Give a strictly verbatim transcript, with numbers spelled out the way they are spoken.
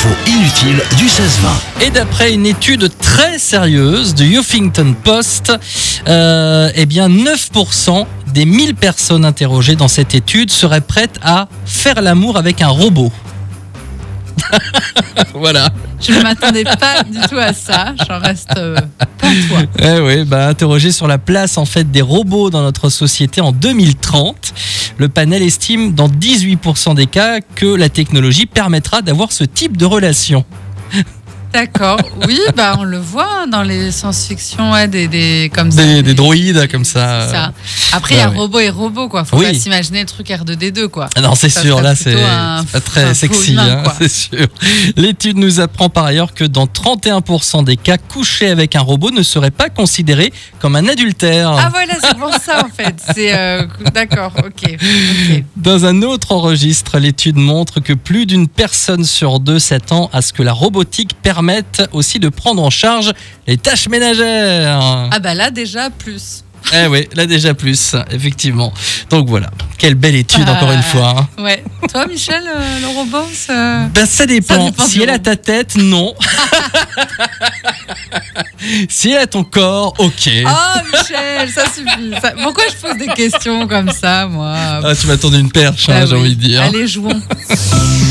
inutiles du seize vingt. Et d'après une étude très sérieuse du Huffington Post, euh, eh bien neuf pour cent des mille personnes interrogées dans cette étude seraient prêtes à faire l'amour avec un robot. Voilà. Je ne m'attendais pas du tout à ça. J'en reste euh, pantois. Eh oui, bah, interrogé sur la place en fait des robots dans notre société en deux mille trente, le panel estime dans dix-huit pour cent des cas que la technologie permettra d'avoir ce type de relation. D'accord. Oui, bah on le voit dans les science-fiction, ouais, des, des comme ça. Des, des, des droïdes comme ça. C'est ça. Après, il y a Ouais, ouais. robot et robot, quoi. Faut Oui. pas s'imaginer le truc R deux D deux, quoi. Ah non, c'est Ça sûr, serait là plutôt c'est un- c'est pas très un sexy, faux humain, hein, quoi. c'est sûr. L'étude nous apprend par ailleurs que dans trente et un pour cent des cas, coucher avec un robot ne serait pas considéré comme un adultère. Ah voilà, c'est pour ça en fait. C'est euh, d'accord, ok. ok. Dans un autre registre, l'étude montre que plus d'une personne sur deux s'attend à ce que la robotique permette aussi de prendre en charge les tâches ménagères. Ah bah là déjà plus. Eh oui, là déjà plus, effectivement. Donc voilà, quelle belle étude Ah. encore une fois. hein. Ouais. Toi, Michel, euh, le robot, ça... Ben, ça dépend. dépend Si du elle a robot. ta tête, non. Si elle a ton corps, ok. Oh Michel, ça suffit. Ça- Pourquoi je pose des questions comme ça, moi? Ah, tu m'as tendu une perche, hein, Ah j'ai oui. envie de dire. Allez, jouons.